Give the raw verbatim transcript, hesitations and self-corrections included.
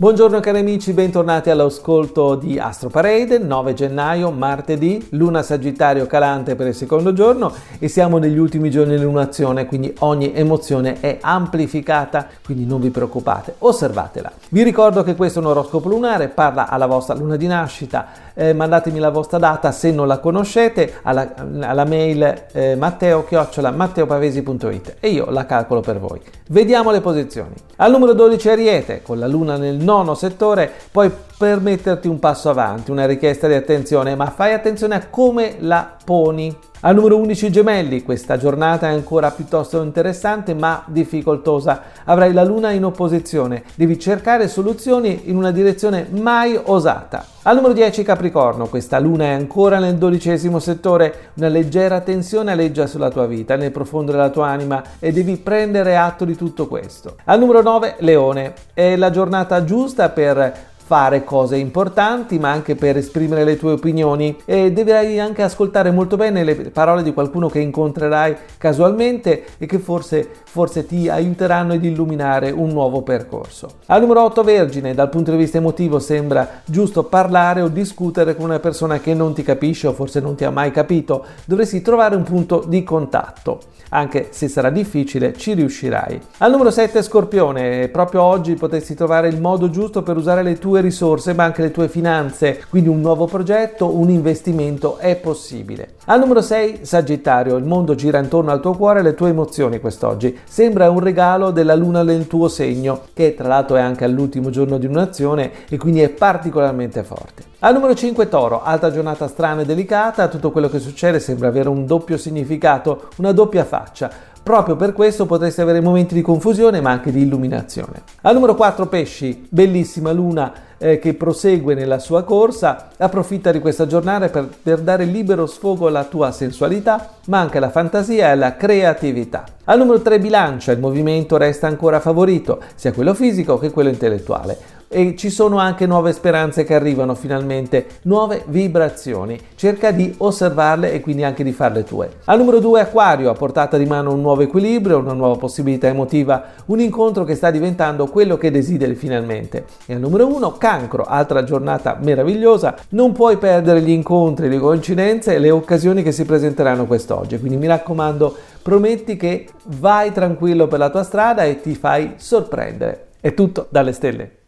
Buongiorno cari amici, bentornati all'ascolto di Astro Parade, nove gennaio, martedì, luna Sagittario calante per il secondo giorno e siamo negli ultimi giorni di lunazione, quindi ogni emozione è amplificata, quindi non vi preoccupate, osservatela. Vi ricordo che questo è un oroscopo lunare, parla alla vostra luna di nascita, eh, mandatemi la vostra data se non la conoscete alla, alla mail eh, matteo chiocciola matteopavesi punto it e io la calcolo per voi. Vediamo le posizioni. Al numero dodici Ariete, con la luna nel nono settore, puoi permetterti un passo avanti, una richiesta di attenzione, ma fai attenzione a come la poni. Al numero undici Gemelli, questa giornata è ancora piuttosto interessante ma difficoltosa. Avrai la luna in opposizione, devi cercare soluzioni in una direzione mai osata. Al numero dieci Capricorno, questa luna è ancora nel dodicesimo settore, una leggera tensione aleggia sulla tua vita, nel profondo della tua anima e devi prendere atto di tutto questo. Al numero nove Leone, è la giornata giusta per fare cose importanti ma anche per esprimere le tue opinioni e dovrai anche ascoltare molto bene le parole di qualcuno che incontrerai casualmente e che forse, forse ti aiuteranno ad illuminare un nuovo percorso. Al numero otto Vergine, dal punto di vista emotivo sembra giusto parlare o discutere con una persona che non ti capisce o forse non ti ha mai capito, dovresti trovare un punto di contatto. Anche se sarà difficile, ci riuscirai. Al numero sette Scorpione, proprio oggi potresti trovare il modo giusto per usare le tue risorse ma anche le tue finanze, quindi un nuovo progetto, un investimento è possibile. Al numero sei Sagittario, il mondo gira intorno al tuo cuore e alle tue emozioni quest'oggi. Sembra un regalo della luna nel tuo segno, che tra l'altro è anche all'ultimo giorno di lunazione e quindi è particolarmente forte. Al numero cinque Toro, altra giornata strana e delicata, tutto quello che succede sembra avere un doppio significato, una doppia faccia. Proprio per questo potresti avere momenti di confusione ma anche di illuminazione. Al numero quattro Pesci, bellissima luna eh, che prosegue nella sua corsa, approfitta di questa giornata per, per dare libero sfogo alla tua sensualità ma anche alla fantasia e alla creatività. Al numero tre Bilancia, il movimento resta ancora favorito, sia quello fisico che quello intellettuale. E ci sono anche nuove speranze che arrivano finalmente, nuove vibrazioni. Cerca di osservarle e quindi anche di farle tue. Al numero due Acquario, a portata di mano un nuovo equilibrio, una nuova possibilità emotiva, un incontro che sta diventando quello che desideri finalmente. E al numero uno Cancro, altra giornata meravigliosa, non puoi perdere gli incontri, le coincidenze e le occasioni che si presenteranno quest'oggi. Quindi mi raccomando, prometti che vai tranquillo per la tua strada e ti fai sorprendere. È tutto dalle stelle.